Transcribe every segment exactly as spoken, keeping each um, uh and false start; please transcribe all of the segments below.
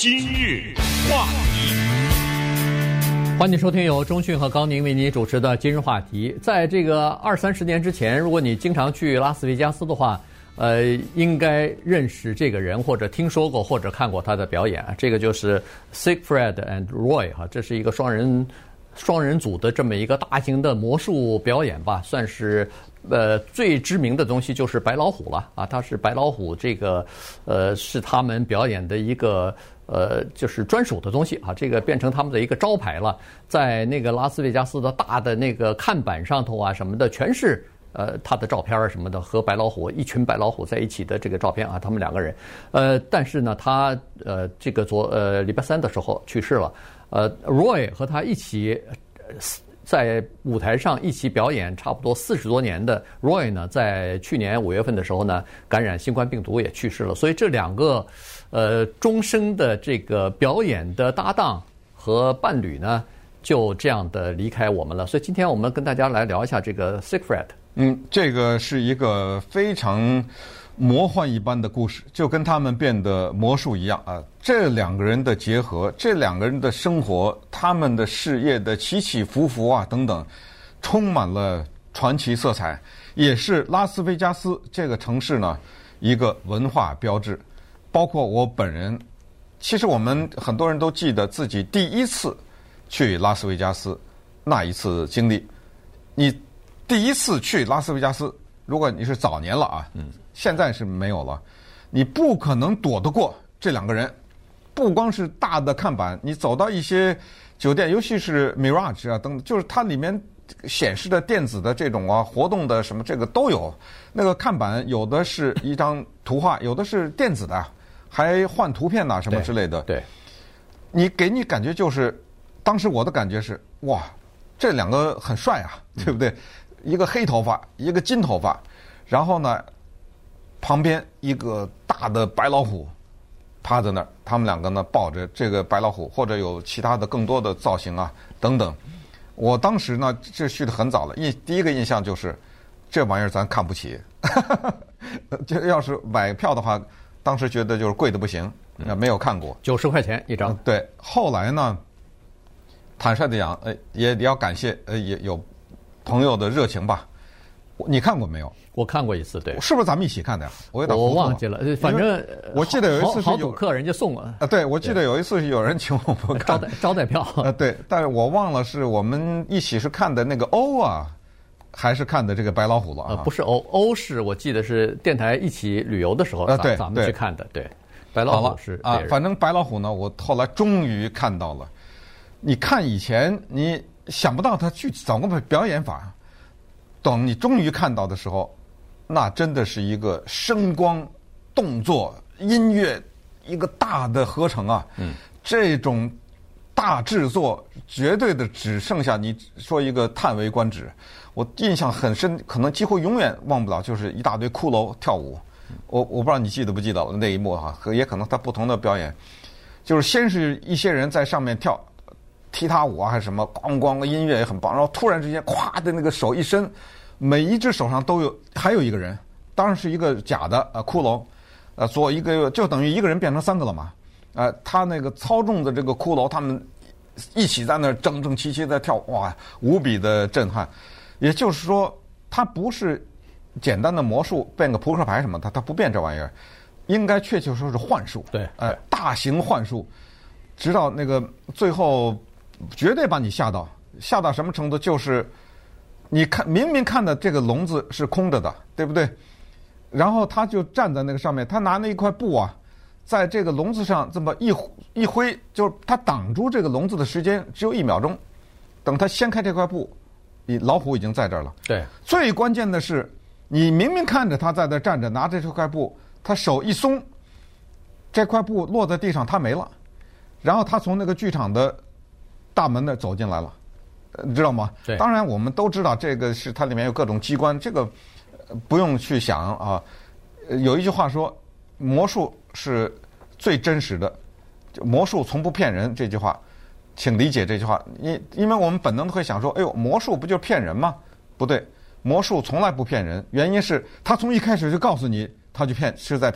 今日话题， 欢迎收听由钟讯和高宁为你主持的今日话题。在这个二三十年之前，如果你经常去拉斯维加斯的话，呃，应该认识这个人，或者听说过，或者看过他的表演。这个就是 Siegfried and Roy 哈，这是一个双人双人组的这么一个大型的魔术表演吧，算是呃最知名的东西就是白老虎了啊。它是白老虎这个呃是他们表演的一个呃就是专属的东西啊，这个变成他们的一个招牌了，在那个拉斯维加斯的大的那个看板上头啊什么的，全是。呃，他的照片啊什么的，和白老虎一群白老虎在一起的这个照片啊，他们两个人，呃，但是呢，他呃这个昨呃礼拜三的时候去世了，呃 ，Roy 和他一起在舞台上一起表演差不多四十多年的 Roy 呢，在去年五月份的时候呢，感染新冠病毒也去世了，所以这两个呃终生的这个表演的搭档和伴侣呢，就这样的离开我们了。所以今天我们跟大家来聊一下这个 Siegfried。 嗯，这个是一个非常魔幻一般的故事，就跟他们变得魔术一样啊。这两个人的结合，这两个人的生活，他们的事业的起起伏伏啊等等，充满了传奇色彩，也是拉斯维加斯这个城市呢一个文化标志。包括我本人，其实我们很多人都记得自己第一次去拉斯维加斯那一次经历。你第一次去拉斯维加斯，如果你是早年了啊，嗯，现在是没有了，你不可能躲得过这两个人。不光是大的看板，你走到一些酒店，尤其是 Mirage 啊等，就是它里面显示的电子的这种啊活动的什么这个都有。那个看板有的是一张图画，有的是电子的，还换图片呐、啊、什么之类的。 对，对你给你感觉就是，当时我的感觉是哇，这两个很帅啊，对不对？嗯，一个黑头发，一个金头发，然后呢，旁边一个大的白老虎趴在那儿，他们两个呢抱着这个白老虎，或者有其他的更多的造型啊等等。我当时呢，这去的很早了，印第一个印象就是这玩意儿咱看不起，就要是买票的话，当时觉得就是贵的不行，没有看过， 九十块钱一张、嗯。 对，后来呢，坦率的讲，呃，也也要感谢，呃，也有朋友的热情吧。你看过没有？ 我看过一次，对。 是不是咱们一起看的呀？我有点我忘记了，反正我记得有一次是好好客人家送了。 啊，对，我记得有一次是有人请我们看招待招待票。 啊，对，但是我忘了是我们一起是看的那个欧啊，还是看的这个白老虎了啊？ 呃、不是欧，欧是我记得是电台一起旅游的时候， 啊，对， 咱们去看的，对。白老虎是啊，反正白老虎呢，我后来终于看到了。你看以前你想不到他具体怎么表演法，等你终于看到的时候，那真的是一个声光、动作、音乐一个大的合成啊！嗯，这种大制作绝对的只剩下你说一个叹为观止。我印象很深，可能几乎永远忘不了，就是一大堆骷髅跳舞。我我不知道你记得不记得那一幕哈、啊，也可能他不同的表演，就是先是一些人在上面跳踢踏舞啊还是什么，咣咣音乐也很棒，然后突然之间咵的那个手一伸，每一只手上都有还有一个人，当然是一个假的呃骷髅，呃做一个就等于一个人变成三个了嘛，呃他那个操纵的这个骷髅，他们一起在那整整齐齐在跳，哇，无比的震撼。也就是说，他不是简单的魔术变个扑克牌什么，他他不变这玩意儿，应该确切说是幻术， 对， 呃大型幻术，直到那个最后。绝对把你吓到，吓到什么程度？就是你看，明明看的这个笼子是空着的，对不对？然后他就站在那个上面，他拿那一块布啊，在这个笼子上这么一一挥，就是他挡住这个笼子的时间只有一秒钟。等他掀开这块布，你老虎已经在这儿了。 对， 最关键的是，你明明看着他在这站着，拿着这块布，他手一松，这块布落在地上，他没了。然后他从那个剧场的大门那走进来了，你知道吗？ 对。 当然我们都知道这个是它里面有各种机关，这个不用去想啊。有一句话说，魔术是最真实的，魔术从不骗人。这句话，请理解这句话。因因为我们本能的会想说，哎呦，魔术不就是骗人吗？不对，魔术从来不骗人。原因是他从一开始就告诉你，他就骗是在骗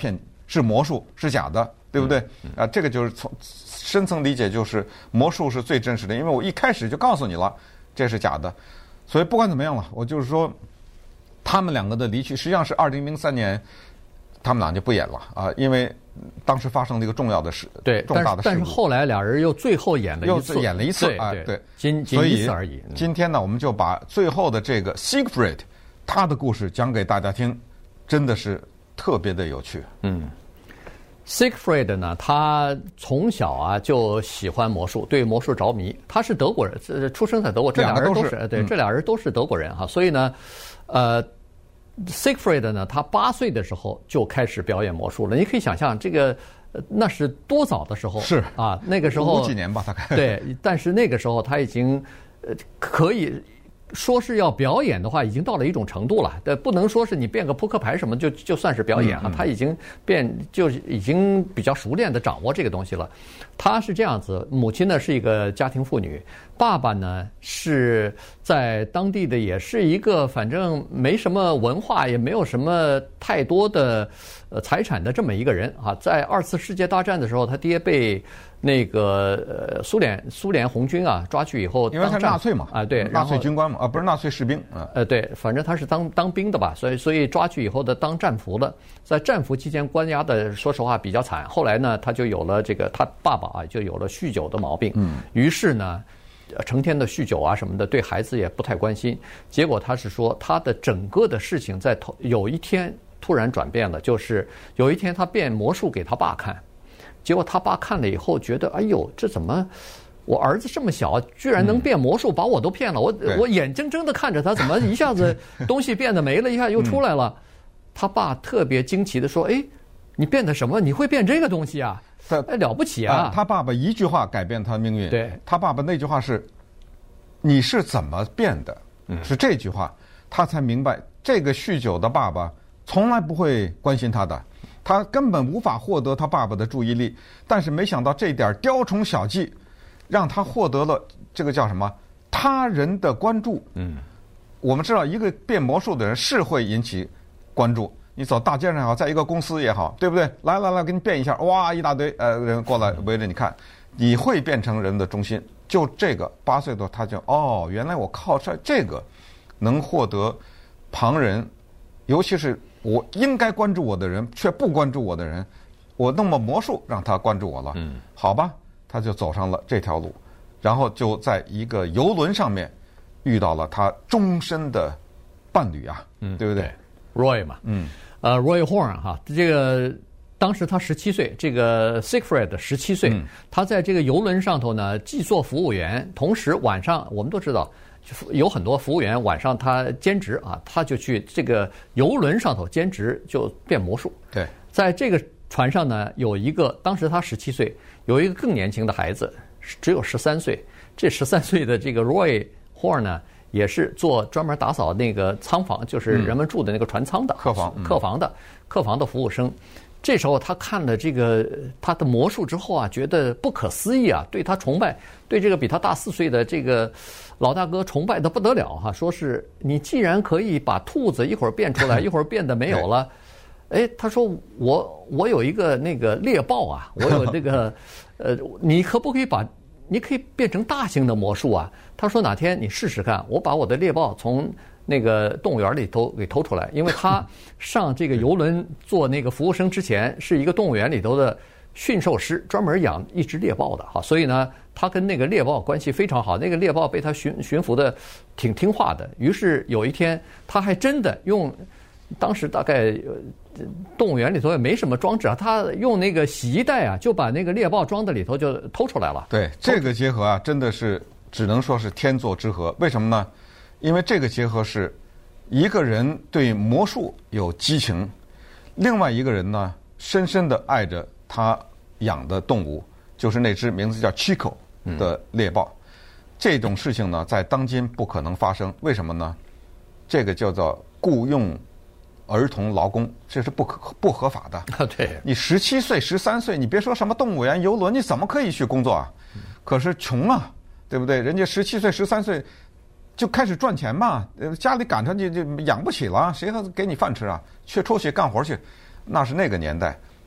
是魔术，是假的，对不对？啊，这个就是从深层理解，就是魔术是最真实的，因为我一开始就告诉你了，这是假的。所以不管怎么样了，我就是说，他们两个的离去，实际上是二零零三年，他们俩就不演了啊，因为当时发生了一个重要的事， 对， 重大的事故。 但是后来俩人又最后演了一次， 又演了一次啊，对， 仅仅一次而已。 今天呢，我们就把最后的这个 Siegfried 他的故事讲给大家听，真的是特别的有趣。 嗯。Siegfried 呢，他从小啊就喜欢魔术，对魔术着迷。他是德国人，出生在德国，这俩人都是，都是对，嗯、这俩人都是德国人哈。所以呢，呃 ，Siegfried 呢，他八岁的时候就开始表演魔术了。你可以想象，这个那是多早的时候？ 是啊，那个时候五几年吧，大概。 对，但是那个时候他已经呃可以。说是要表演的话，已经到了一种程度了。呃，不能说是你变个扑克牌什么就就算是表演啊，他已经变就已经比较熟练的掌握这个东西了。他是这样子，母亲呢是一个家庭妇女，爸爸呢是在当地的也是一个反正没什么文化，也没有什么太多的呃财产的这么一个人啊。在二次世界大战的时候，他爹被那个呃苏联苏联红军啊抓去以后， 因为他是纳粹嘛啊，对， 纳粹军官嘛啊，不是纳粹士兵啊， 呃对，反正他是当当兵的吧，所以所以抓去以后的当战俘了，在战俘期间关押的，说实话比较惨。后来呢，他就有了这个他爸爸啊就有了酗酒的毛病，嗯，于是呢，成天的酗酒啊什么的，对孩子也不太关心。结果他是说，他的整个的事情在头有一天突然转变了，就是有一天他变魔术给他爸看。结果他爸看了以后觉得，哎呦，这怎么我儿子这么小，居然能变魔术，把我都骗了。我我眼睁睁的看着他怎么一下子东西变得没了，一下又出来了。他爸特别惊奇的说：“哎，你变的什么？你会变这个东西啊？哎，了不起啊！” 他爸爸一句话改变他的命运。 对， 他爸爸那句话是：“你是怎么变的？”是这句话，他才明白这个酗酒的爸爸从来不会关心他的。他根本无法获得他爸爸的注意力，但是没想到这点雕虫小技，让他获得了这个叫什么他人的关注。嗯，我们知道一个变魔术的人是会引起关注，你走大街上也好，在一个公司也好，对不对？来来来，给你变一下，哇，一大堆呃人过来围着你看，你会变成人的中心。就这个八岁多，他就哦，原来我靠这这个能获得旁人，尤其是我应该关注我的人却不关注我的人，我弄么魔术让他关注我了，嗯，好吧，他就走上了这条路，然后就在一个游轮上面遇到了他终身的伴侣啊，嗯，对不对 ？Roy 嘛，嗯，呃 ，Roy Horn 哈，这个当时他十七岁，这个 Siegfried 十七岁，他在这个游轮上头呢，既做服务员，同时晚上我们都知道。有很多服务员晚上他兼职啊，他就去这个游轮上头兼职，就变魔术。 对， 在这个船上呢，有一个当时他十七岁，有一个更年轻的孩子，只有十三岁。这十三岁的这个 Roy Horn 呢，也是做专门打扫那个舱房，就是人们住的那个船舱的客房， 客房的客房的服务生。这时候他看了这个他的魔术之后啊，觉得不可思议啊，对他崇拜，对这个比他大四岁的这个老大哥崇拜的不得了哈、啊。说是你既然可以把兔子一会儿变出来，一会儿变得没有了，哎，他说我我有一个那个猎豹啊，我有这个呃，你可不可以把你可以变成大型的魔术啊？他说哪天你试试看，我把我的猎豹从那个动物园里头给偷出来，因为他上这个游轮做那个服务生之前是一个动物园里头的驯兽师，专门养一只猎豹的哈，所以呢，他跟那个猎豹关系非常好，那个猎豹被他驯驯服的挺听话的。于是有一天，他还真的用，当时大概动物园里头也没什么装置啊，他用那个洗衣袋啊，就把那个猎豹装在里头就偷出来了。 对，这个结合啊，真的是只能说是天作之合。为什么呢？因为这个结合是一个人对魔术有激情，另外一个人呢深深的爱着他养的动物，就是那只名字叫 Chico 的猎豹。嗯、这种事情呢在当今不可能发生，为什么呢？这个叫做雇佣儿童劳工，这是不可不合法的。 啊，对， 你十七岁、十三岁，你别说什么动物园、游轮，你怎么可以去工作啊？可是穷啊，对不对？人家十七岁、十三岁。就开始赚钱嘛，呃，家里赶上就就养不起了，谁还给你饭吃啊？去出去干活去，那是那个年代。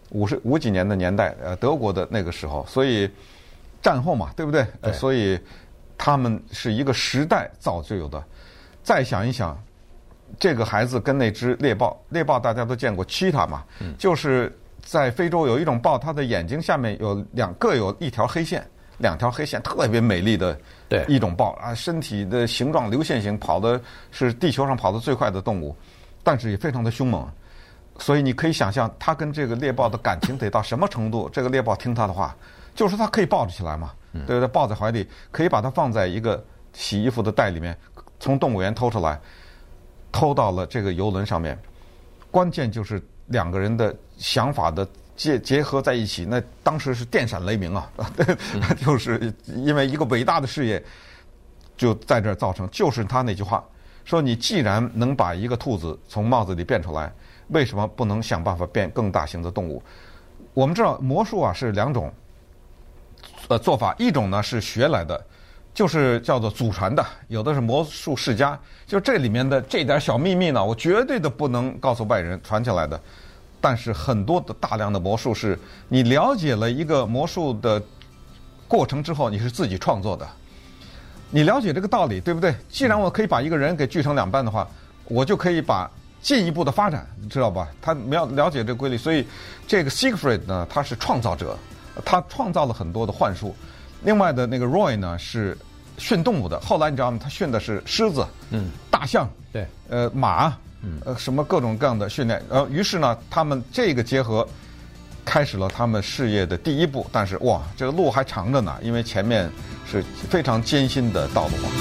五十五几年的年代，呃，德国的那个时候，所以战后嘛，对不对？呃，所以他们是一个时代造就的。再想一想，这个孩子跟那只猎豹，猎豹大家都见过cheetah嘛，嗯、就是在非洲有一种豹，它的眼睛下面有两各有一条黑线，两条黑线特别美丽的一种豹啊，身体的形状流线型，跑的是地球上跑得最快的动物，但是也非常的凶猛。所以你可以想象，它跟这个猎豹的感情得到什么程度？这个猎豹听它的话，就是它可以抱着起来嘛，对不对？抱在怀里，可以把它放在一个洗衣服的袋里面，从动物园偷出来，偷到了这个游轮上面。关键就是两个人的想法的结结合在一起，那当时是电闪雷鸣啊！就是因为一个伟大的事业就在这儿造成，就是他那句话说：“你既然能把一个兔子从帽子里变出来，为什么不能想办法变更大型的动物？”我们知道魔术啊是两种呃做法，一种呢是学来的，就是叫做祖传的，有的是魔术世家，就这里面的这点小秘密呢，我绝对的不能告诉外人传起来的。但是很多的大量的魔术是你了解了一个魔术的过程之后，你是自己创作的。你了解这个道理，对不对？既然我可以把一个人给锯成两半的话，我就可以把进一步的发展，你知道吧？他了了解这个规律，所以这个 Siegfried 呢，他是创造者，他创造了很多的幻术。另外的那个 Roy 呢是驯动物的，后来你知道吗？他驯的是狮子、嗯、大象， 对， 呃，马。呃，什么各种各样的训练，呃，于是呢，他们这个结合，开始了他们事业的第一步。但是哇，这个路还长着呢，因为前面是非常艰辛的道路啊。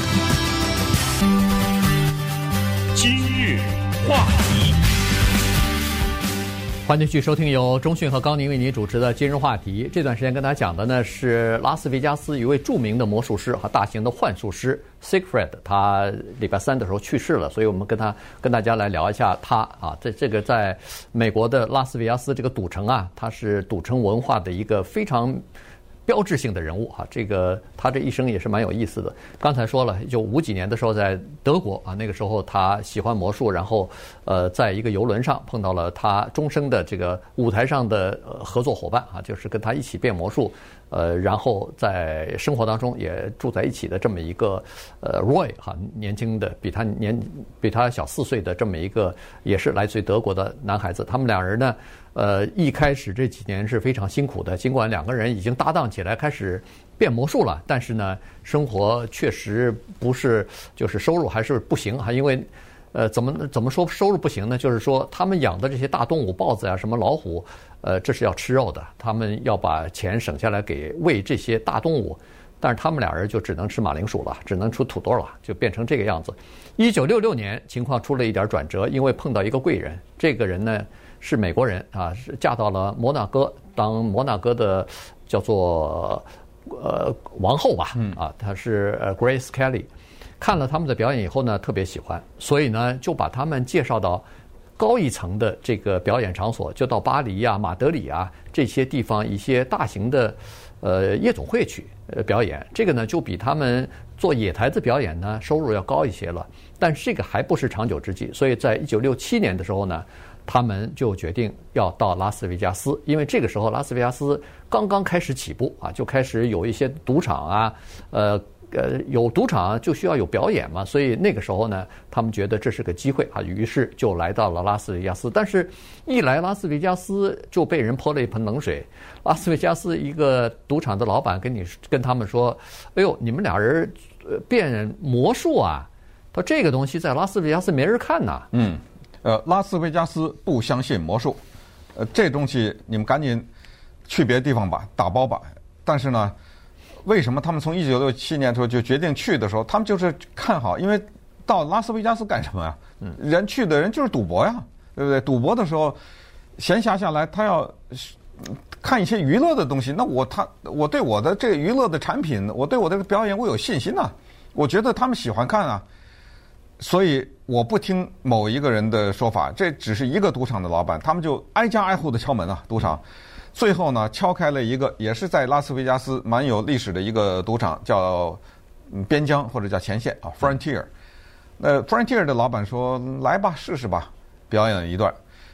今日话题， 欢迎继续收听由钟迅和高宁为您主持的今日话题。这段时间跟大家讲的呢是拉斯维加斯一位著名的魔术师和大型的幻术师 Siegfried， 他礼拜三的时候去世了，所以我们跟他跟大家来聊一下他啊，这这个在美国的拉斯维加斯这个赌城啊，他是赌城文化的一个非常标志性的人物啊，这个他这一生也是蛮有意思的。刚才说了，就五几年的时候在德国啊，那个时候他喜欢魔术，然后呃，在一个游轮上碰到了他终生的这个舞台上的呃合作伙伴啊，就是跟他一起变魔术，呃，然后在生活当中也住在一起的这么一个呃 Roy 哈，年轻的比他年比他小四岁的这么一个也是来自于德国的男孩子，他们两人呢。呃，一开始这几年是非常辛苦的，尽管两个人已经搭档起来开始变魔术了，但是呢，生活确实不是，就是收入还是不行哈，因为，呃，怎么怎么说收入不行呢？就是说他们养的这些大动物，豹子啊，什么老虎，呃，这是要吃肉的，他们要把钱省下来给喂这些大动物，但是他们俩人就只能吃马铃薯了，只能吃土豆了，就变成这个样子。一九六六年，情况出了一点转折，因为碰到一个贵人，这个人呢。是美国人啊，是嫁到了摩纳哥，当摩纳哥的叫做呃王后吧，啊，她是呃 Grace Kelly。看了他们的表演以后呢，特别喜欢，所以呢就把他们介绍到高一层的这个表演场所，就到巴黎啊、马德里啊这些地方一些大型的呃夜总会去呃表演。这个呢就比他们做野台子表演呢收入要高一些了，但这个还不是长久之计。所以在一九六七年的时候呢。他们就决定要到拉斯维加斯，因为这个时候拉斯维加斯刚刚开始起步啊，就开始有一些赌场啊，呃呃，有赌场就需要有表演嘛，所以那个时候呢，他们觉得这是个机会啊，于是就来到了拉斯维加斯。但是，一来拉斯维加斯就被人泼了一盆冷水。拉斯维加斯一个赌场的老板跟你跟他们说：“哎呦，你们俩人变魔术啊？他说这个东西在拉斯维加斯没人看呐。” 嗯。呃，拉斯维加斯不相信魔术，呃，这东西你们赶紧去别的地方吧，打包吧。但是呢，为什么他们从一九六七年的时候就决定去的时候，他们就是看好，因为到拉斯维加斯干什么呀？嗯，人去的人就是赌博呀，对不对？赌博的时候，闲暇下来，他要看一些娱乐的东西。那我他我对我的这个娱乐的产品，我对我的表演，我有信心呐。我觉得他们喜欢看啊。所以我不听某一个人的说法，这只是一个赌场的老板，他们就挨家挨户的敲门啊，赌场。最后呢，敲开了一个也是在拉斯维加斯蛮有历史的一个赌场，叫边疆或者叫前线啊 ，Frontier。呃 ，Frontier 的老板说：“来吧，试试吧。”表演了一段，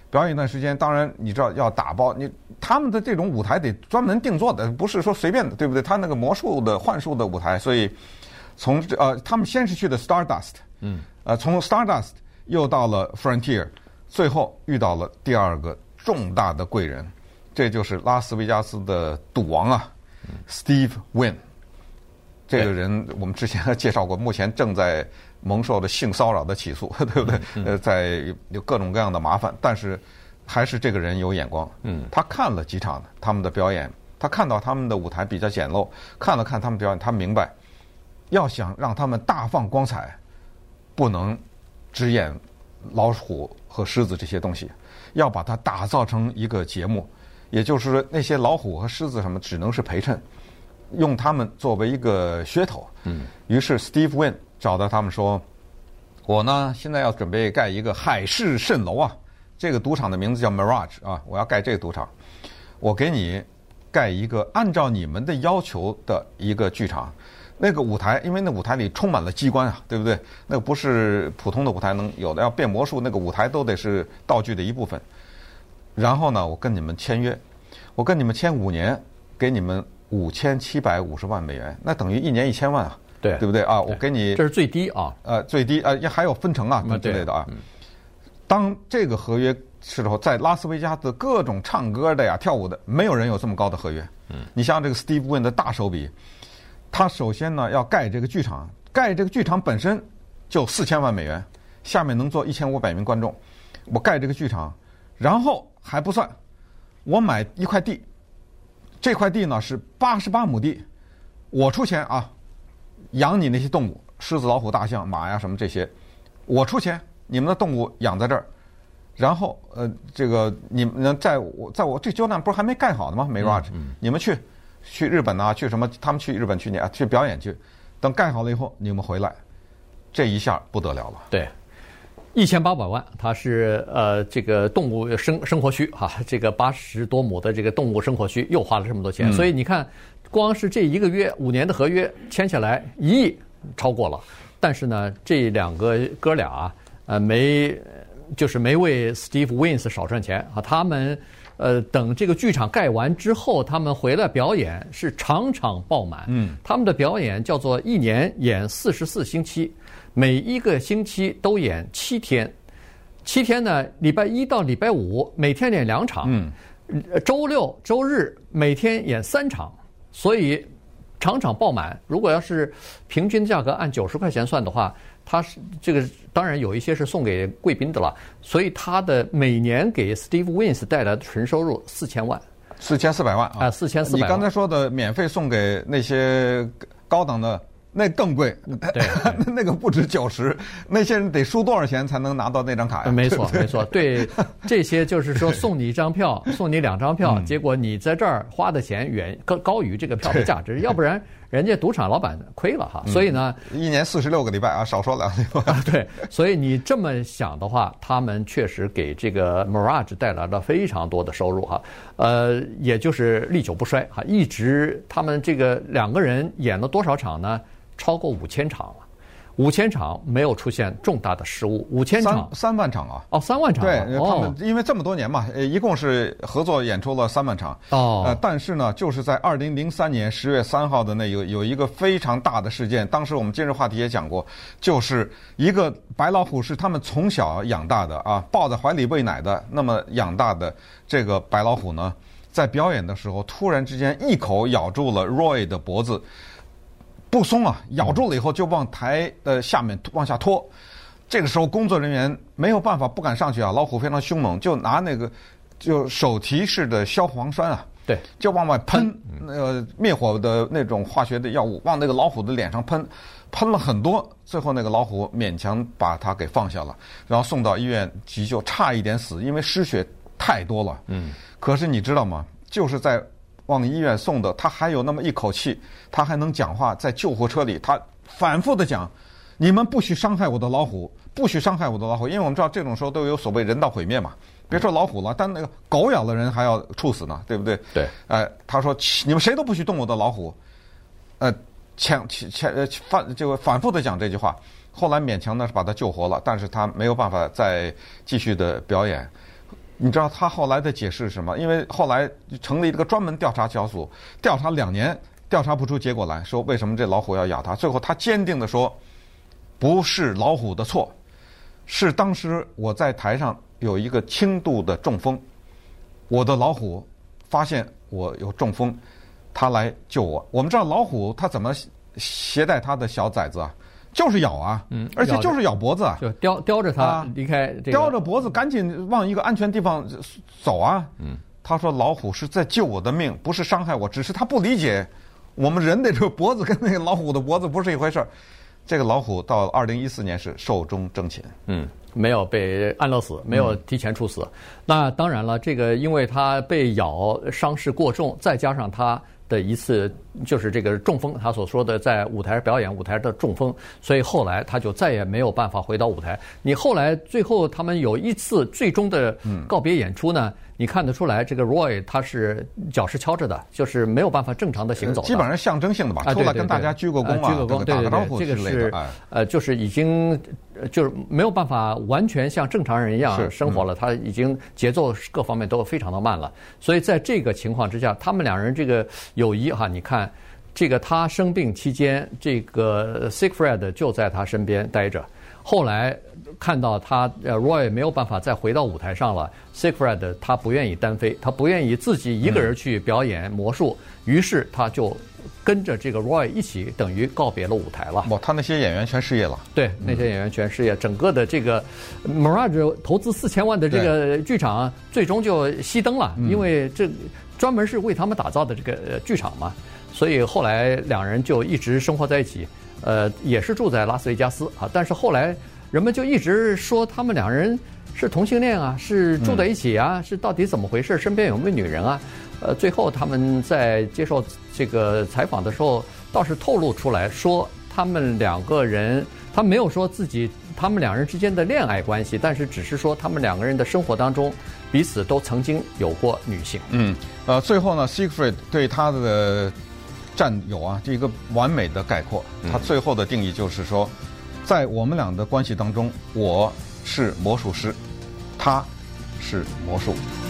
表演一段时间，当然你知道要打包，你他们的这种舞台得专门定做的，不是说随便的，对不对？他那个魔术的幻术的舞台，所以从呃他们先是去的 Stardust， 嗯，呃从 Stardust 又到了 Frontier， 最后遇到了第二个重大的贵人，这就是拉斯维加斯的赌王啊、嗯、，Steve Wynn。这个人我们之前介绍过，目前正在蒙受的性骚扰的起诉，对不对？呃，在有各种各样的麻烦，但是还是这个人有眼光。嗯，他看了几场他们的表演，他看到他们的舞台比较简陋，看了看他们表演，他明白，要想让他们大放光彩，不能只演老虎和狮子这些东西，要把它打造成一个节目，也就是说那些老虎和狮子什么只能是陪衬。用他们作为一个噱头，嗯，于是 Steve Wynn 找到他们说：“我呢现在要准备盖一个海市蜃楼啊，这个赌场的名字叫 Mirage 啊，我要盖这个赌场，我给你盖一个按照你们的要求的一个剧场。那个舞台，因为那舞台里充满了机关啊，对不对？那个不是普通的舞台能有的，要变魔术，那个舞台都得是道具的一部分。然后呢，我跟你们签约，我跟你们签五年，给你们。”五千七百五十万美元，那等于一年一千万啊， 对对不对啊？我给你这是最低啊， 呃，最低呃，还有分成啊之类的啊。当这个合约时候，在拉斯维加斯各种唱歌的呀、跳舞的，没有人有这么高的合约。嗯，你像这个 Steve Wynn 的大手笔，他首先呢要盖这个剧场，盖这个剧场本身就四千万美元，下面能坐一千五百名观众，我盖这个剧场，然后还不算，我买一块地。这块地呢是八十八亩地，我出钱啊，养你那些动物，狮子、老虎、大象、马呀什么这些，我出钱，你们的动物养在这儿，然后呃，这个你们在我在我这酒店不是还没盖好呢吗 ？Mirage，、嗯、你们去去日本啊，去什么？他们去日本去年啊，去表演去，等盖好了以后你们回来，这一下不得了了。 对。一千八百万，它是呃这个动物生生活区哈、啊，这个八十多亩的这个动物生活区又花了这么多钱，嗯、所以你看，光是这一个月五年的合约签下来一亿超过了，但是呢，这两个哥俩呃没就是没为 Steve Wynn 少赚钱啊，他们呃等这个剧场盖完之后，他们回来表演是场场爆满，嗯，他们的表演叫做一年演四十四星期。每一个星期都演七天，七天呢，礼拜一到礼拜五每天演两场，嗯，周六周日每天演三场，所以场场爆满。如果要是平均价格按九十块钱算的话，它是这个当然有一些是送给贵宾的了，所以它的每年给 Steve Wynn 带来的纯收入四千万， 四千四百万啊， 四千四百万。 你刚才说的免费送给那些高档的。那更贵， 对， 那个不止九十，那些人得输多少钱才能拿到那张卡呀？ 没错，没错，对，这些就是说送你一张票，送你两张票，嗯、结果你在这儿花的钱远高高于这个票的价值，要不然人家赌场老板亏了哈。嗯、所以呢， 一年四十六个礼拜啊，少说两个礼拜。 啊，对，所以你这么想的话，他们确实给这个 Mirage 带来了非常多的收入哈，呃，也就是历久不衰哈，一直他们这个两个人演了多少场呢？超过五千场了，五千场没有出现重大的失误，五千场三三万场啊！ 哦，三万场、 啊。对，他们因为这么多年嘛，呃，一共是合作演出了三万场。哦，呃，但是呢，就是在二零零三年十月三号的那有有一个非常大的事件，当时我们今日话题也讲过，就是一个白老虎是他们从小养大的啊，抱在怀里喂奶的，那么养大的这个白老虎呢，在表演的时候突然之间一口咬住了 Roy 的脖子。不松啊，咬住了以后就往台的下面往下拖。这个时候工作人员没有办法，不敢上去啊。老虎非常凶猛，就拿那个就手提式的消防栓啊， 对， 就往外喷那个灭火的那种化学的药物，往那个老虎的脸上喷，喷了很多。最后那个老虎勉强把它给放下了，然后送到医院急救，差一点死，因为失血太多了。嗯，可是你知道吗？就是在往医院送的，他还有那么一口气，他还能讲话，在救护车里，他反复的讲：“你们不许伤害我的老虎，不许伤害我的老虎。”因为我们知道这种时候都有所谓人道毁灭嘛，别说老虎了，但那个狗咬了人还要处死呢，对不对？ 对。 呃，他说：“你们谁都不许动我的老虎。”呃，前前呃反这个反复的讲这句话，后来勉强呢是把他救活了，但是他没有办法再继续的表演。 你知道他后来的解释是什么？因为后来成立这个专门调查小组，调查两年，调查不出结果来，说为什么这老虎要咬他？最后他坚定地说，不是老虎的错，是当时我在台上有一个轻度的中风，我的老虎发现我有中风，他来救我。我们知道老虎它怎么携带它的小崽子啊？就是咬啊，嗯，而且就是咬脖子啊， 就叼叼着它离开这个， 叼着脖子赶紧往一个安全地方走啊。嗯，他说老虎是在救我的命，不是伤害我，只是他不理解我们人的这个脖子跟那个老虎的脖子不是一回事儿。这个老虎到二零一四年是寿终正寝， 嗯，没有被安乐死，没有提前处死。嗯、那当然了，这个因为它被咬伤势过重，再加上它的一次就是这个中风，他所说的在舞台表演舞台的中风，所以后来他就再也没有办法回到舞台。你后来最后他们有一次最终的告别演出呢，嗯、你看得出来这个 Roy 他是脚是敲着的，就是没有办法正常的行走的， 基本上象征性的吧，出来跟大家鞠个躬啊， 鞠个躬，对对对，这个是呃就是已经就是没有办法完全像正常人一样生活了，他已经节奏各方面都非常的慢了，所以在这个情况之下，他们两人这个友谊哈，你看，这个他生病期间，这个 Siegfried 就在他身边待着。后来看到他呃 Roy 没有办法再回到舞台上了 ，Siegfried 他不愿意单飞，他不愿意自己一个人去表演魔术，嗯、于是他就跟着这个 Roy 一起，等于告别了舞台了。 哇，他那些演员全失业了。 对，那些演员全失业，整个的这个 Mirage 投资四千万的这个剧场，最终就熄灯了，因为这专门是为他们打造的这个剧场嘛，所以后来两人就一直生活在一起，呃，也是住在拉斯维加斯啊。但是后来人们就一直说他们两人是同性恋啊，是住在一起啊，嗯、是到底怎么回事？身边有没有女人啊？呃，最后他们在接受这个采访的时候，倒是透露出来说，他们两个人，他没有说自己他们两人之间的恋爱关系，但是只是说他们两个人的生活当中，彼此都曾经有过女性。 嗯，呃，最后呢 ，Siegfried 对他的战友啊，这一个完美的概括。他最后的定义就是说，在我们俩的关系当中，我是魔术师，他是魔术。